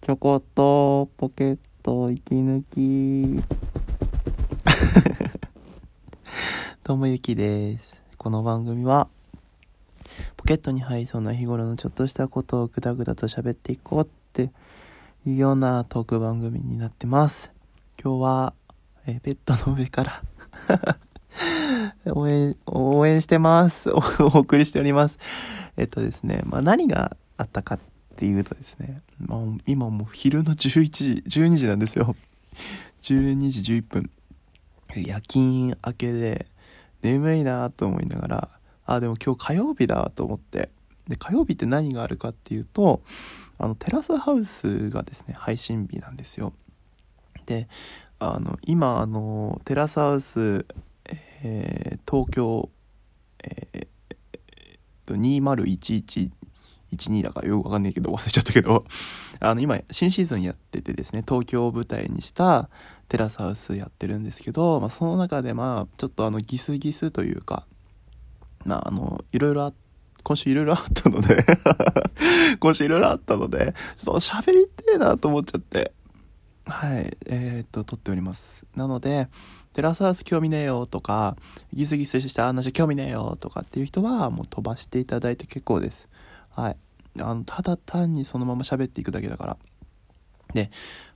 ちょこっとポケット息抜きどうもゆきです。この番組はポケットに入りそうな日頃のちょっとしたことをぐだぐだと喋っていこうっていうようなトーク番組になってます。今日は、ベッドの上から応援してますお送りしております。ですね、何があったかっていうとですね、今もう昼の12時なんですよ。12時11分。夜勤明けで眠いなと思いながら、でも今日火曜日だと思って、で火曜日って何があるかっていうと、テラスハウスがですね配信日なんですよ。で今テラスハウス、東京、201112だからよくわかんないけど忘れちゃったけど今新シーズンやっててですね、東京を舞台にしたテラスハウスやってるんですけど、その中でちょっとギスギスというか、いろいろ今週いろいろあったのでちょっと喋りてえなと思っちゃって、はい撮っております。なのでテラスハウス興味ねえよとか、ギスギスした話興味ねえよとかっていう人はもう飛ばしていただいて結構です。はい、ただ単にそのまま喋っていくだけだから。で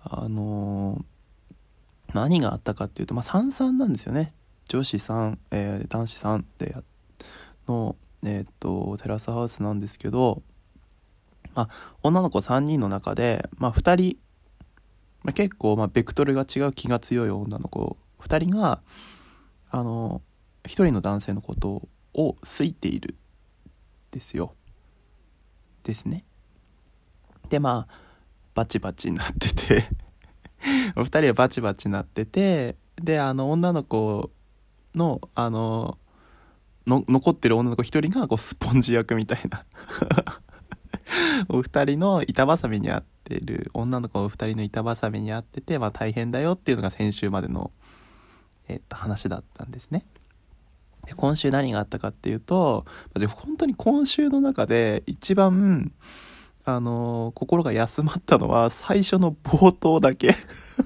何があったかっていうと、33なんですよね。女子3、男子3でのテラスハウスなんですけど、女の子3人の中で2人、結構ベクトルが違う気が強い女の子2人が1人の男性のことを好いているですよ。ですね。でバチバチになってて2人はバチバチになってて、で女の子の残ってる女の子1人がスポンジ役みたいなお二人の板挟みにあってる女の子お二人の板挟みにあってて、大変だよっていうのが先週までの話だったんですね。で今週何があったかっていうと、本当に今週の中で一番心が休まったのは最初の冒頭だけ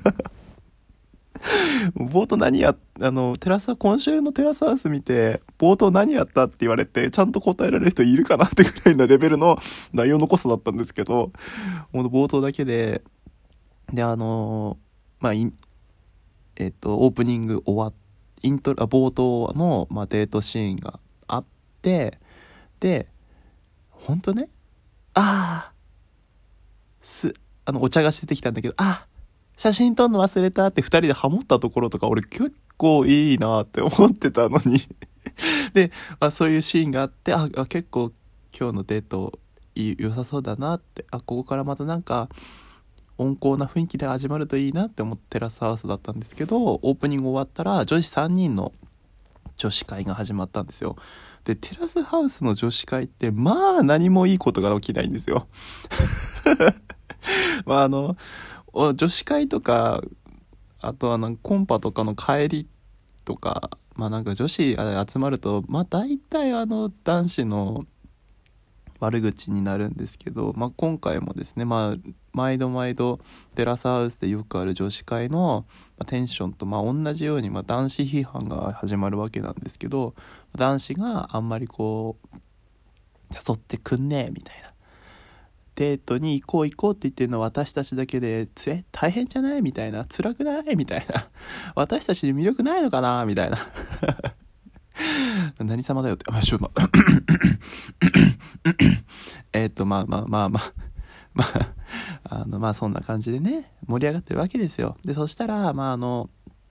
冒頭今週のテラスハウス見て冒頭何やったって言われてちゃんと答えられる人いるかなってぐらいなレベルの内容の濃さだったんですけど、もう冒頭だけでオープニング終わっ冒頭の、デートシーンがあって、でほんとね、お茶がしててきたんだけど、写真撮るの忘れたって2人でハモったところとか俺結構いいなって思ってたのにで、そういうシーンがあって、結構今日のデート良さそうだなって、ここからまたなんか温厚な雰囲気で始まるといいなって思ってテラスハウスだったんですけど、オープニング終わったら女子3人の女子会が始まったんですよ。でテラスハウスの女子会って何もいいことが起きないんですよ女子会とか、あとはコンパとかの帰りとか、女子集まると大体男子の悪口になるんですけど、今回もですね、毎度テラスハウスでよくある女子会のテンションと同じように男子批判が始まるわけなんですけど、男子があんまり誘ってくんねえみたいな、デートに行こうって言ってるのは私たちだけで大変じゃないみたいな、辛くないみたいな、私たちに魅力ないのかなみたいな何様だよってそんな感じでね盛り上がってるわけですよ。でそしたら女の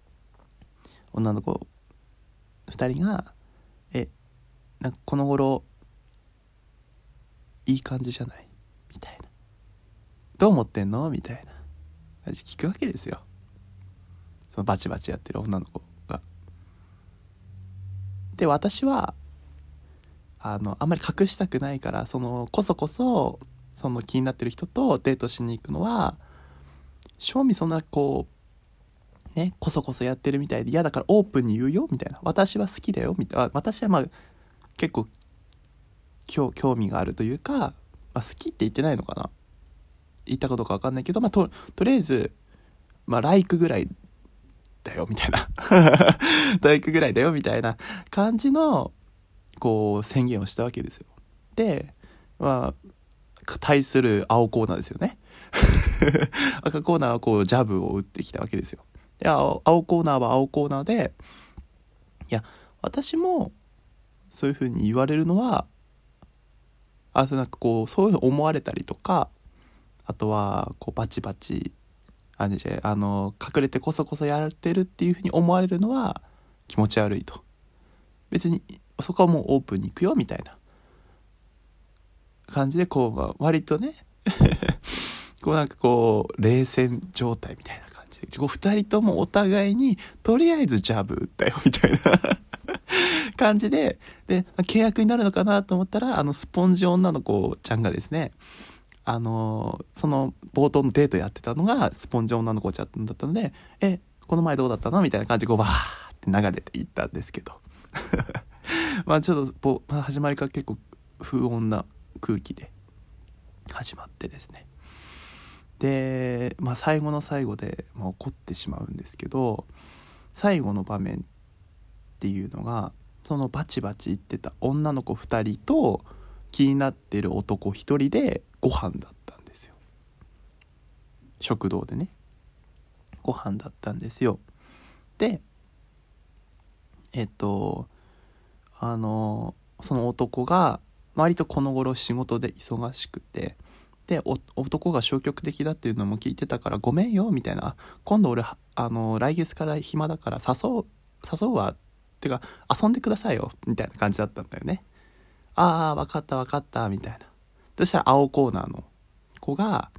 子2人がなんかこの頃いい感じじゃないみたいな、どう思ってんのみたいな感じ聞くわけですよ、そのバチバチやってる女の子が。で私はあんまり隠したくないから、こそその気になってる人とデートしに行くのは正味そんなこそこそやってるみたいで嫌だからオープンに言うよみたいな、私は好きだよみたいな、私は結構興味があるというか、好きって言ってないのかな、 言ったかどうか分かんないけど、とりあえず、ライクぐらいだよみたいなライクぐらいだよみたいな感じのこう宣言をしたわけですよ。で対する青コーナーですよね赤コーナーはこうジャブを打ってきたわけですよ。で青コーナーは青コーナーで、いや私もそういう風に言われるのはなんかこうそういうふうに思われたりとか、あとはこうバチバチ隠れてこそこそやられてるっていう風に思われるのは気持ち悪いと。別にそこはもうオープンに行くよみたいな感じでこう割とねこうなんかこう冷戦状態みたいな感じでこう2人ともお互いにとりあえずジャブ打ったよみたいな感じで契約になるのかなと思ったらスポンジ女の子ちゃんがですねその冒頭のデートやってたのがスポンジ女の子ちゃんだったのでこの前どうだったのみたいな感じでこうバーって流れていったんですけどちょっと始まりから結構不穏な空気で始まってですね、で最後の最後で怒ってしまうんですけど、最後の場面っていうのがそのバチバチ言ってた女の子2人と気になってる男1人でご飯だったんですよ。食堂でねご飯だったんですよ。でその男が割とこの頃仕事で忙しくて、で男が消極的だっていうのも聞いてたからごめんよみたいな、今度俺来月から暇だから誘うわってか遊んでくださいよみたいな感じだったんだよね。ああ分かったみたいな。そしたら青コーナーの子が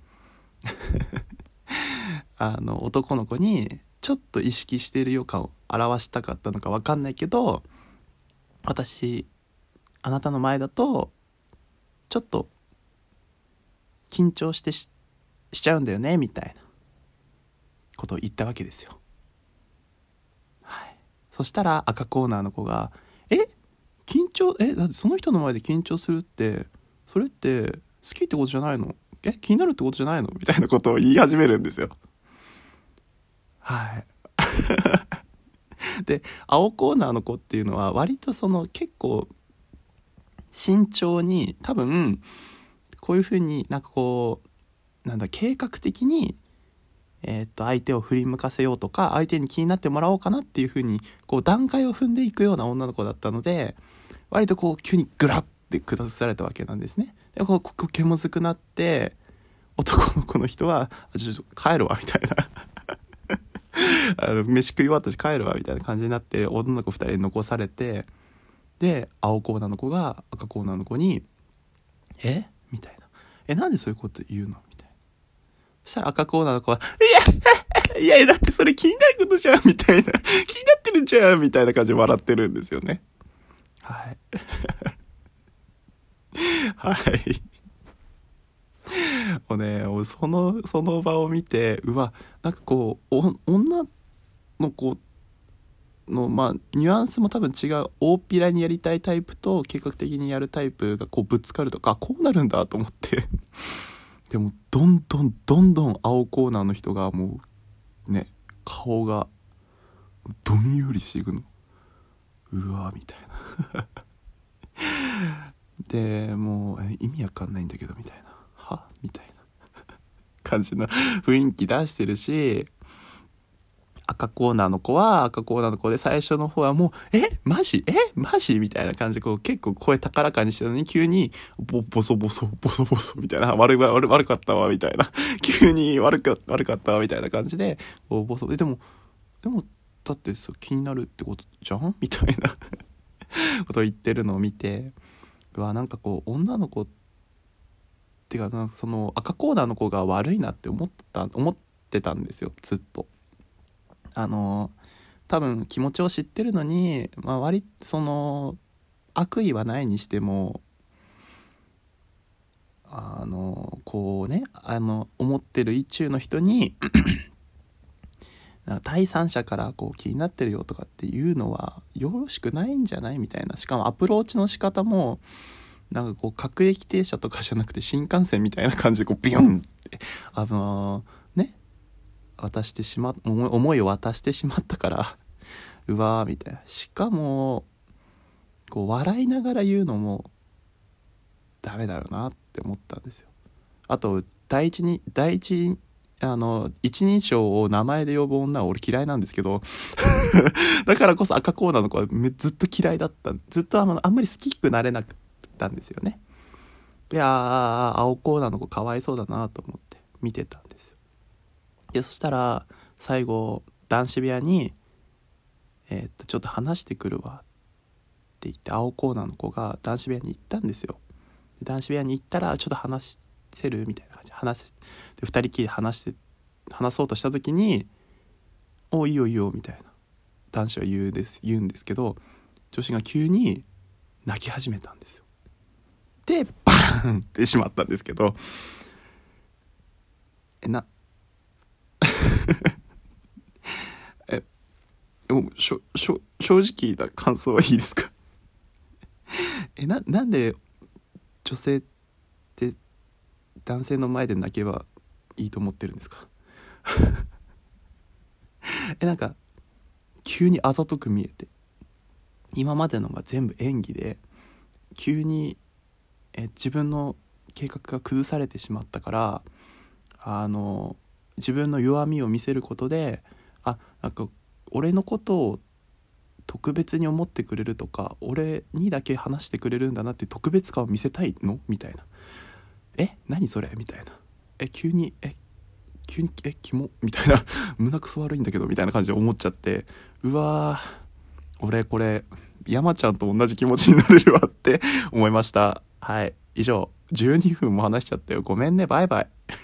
男の子にちょっと意識している予感を表したかったのか分かんないけど、私あなたの前だとちょっと緊張して しちゃうんだよねみたいなことを言ったわけですよ。はい。そしたら赤コーナーの子が緊張だってその人の前で緊張するってそれって好きってことじゃないの？気になるってことじゃないの？みたいなことを言い始めるんですよ。はいで青コーナーの子っていうのは割と結構慎重に多分こういう風になんかこう計画的に相手を振り向かせようとか相手に気になってもらおうかなっていう風にこう段階を踏んでいくような女の子だったので、割とこう急にグラッて下されたわけなんですね。でこう気まずくなって男の子の人はちょっと帰るわみたいな飯食い終わったし帰るわみたいな感じになって女の子2人残されて、で青コーナーの子が赤コーナーの子にみたいななんでそういうこと言うのみたいな。そしたら赤コーナーの子はいやだってそれ気になることじゃんみたいな気になってるじゃんみたいな感じで笑ってるんですよね。はいはいもうねその場を見てなんかこう女の子のニュアンスも多分違う、大っぴらにやりたいタイプと計画的にやるタイプがこうぶつかるとかこうなるんだと思ってでもどんどん青コーナーの人がもうね顔がどんよりしていくの、うわみたいなでもう意味わかんないんだけどみたいなみたいな感じの雰囲気出してるし、赤コーナーの子は赤コーナーの子で最初の方はもうマジみたいな感じでこう結構声高らかにしてたのに急にボソボソみたいな悪かったわみたいな急に悪かったわみたいな感じでボソでもだって気になるってことじゃんみたいなことを言ってるのを見て、なんかこう女の子っていうかその赤コーナーの子が悪いなって思ってたんですよずっと。多分気持ちを知ってるのに、悪意はないにしてもこうね思ってる意中の人に第三者からこう気になってるよとかっていうのはよろしくないんじゃないみたいな。しかもアプローチの仕方もなんかこう各駅停車とかじゃなくて新幹線みたいな感じでこうビヨンってね渡してしま思いを渡してしまったからうわーみたいな。しかもこう笑いながら言うのもダメだろうなって思ったんですよ。あと一人称を名前で呼ぶ女は俺嫌いなんですけどだからこそ赤コーナーの子はずっと嫌いだった。ずっとあんまり好きくなれなかったんですよね。いやー、青コーナーの子かわいそうだなと思って見てたんですよ。でそしたら最後男子部屋にちょっと話してくるわって言って青コーナーの子が男子部屋に行ったんですよ。で男子部屋に行ったらちょっと話せるみたいな感じでで2人きり話そうとした時においいよいいよみたいな男子は言うんですけど、女子が急に泣き始めたんですよ。でバーンってしまったんですけど正直な感想はいいですかなんで女性って男性の前で泣けばいいと思ってるんですかなんか急にあざとく見えて、今までのが全部演技で急に自分の計画が崩されてしまったから、自分の弱みを見せることでなんか俺のことを特別に思ってくれるとか俺にだけ話してくれるんだなって特別感を見せたいのみたいな。何それみたいな。急にキモみたいな胸くそ悪いんだけどみたいな感じで思っちゃって、うわー俺これ山ちゃんと同じ気持ちになれるわって思いました。はい、以上12分も話しちゃったよ。ごめんね、バイバイ。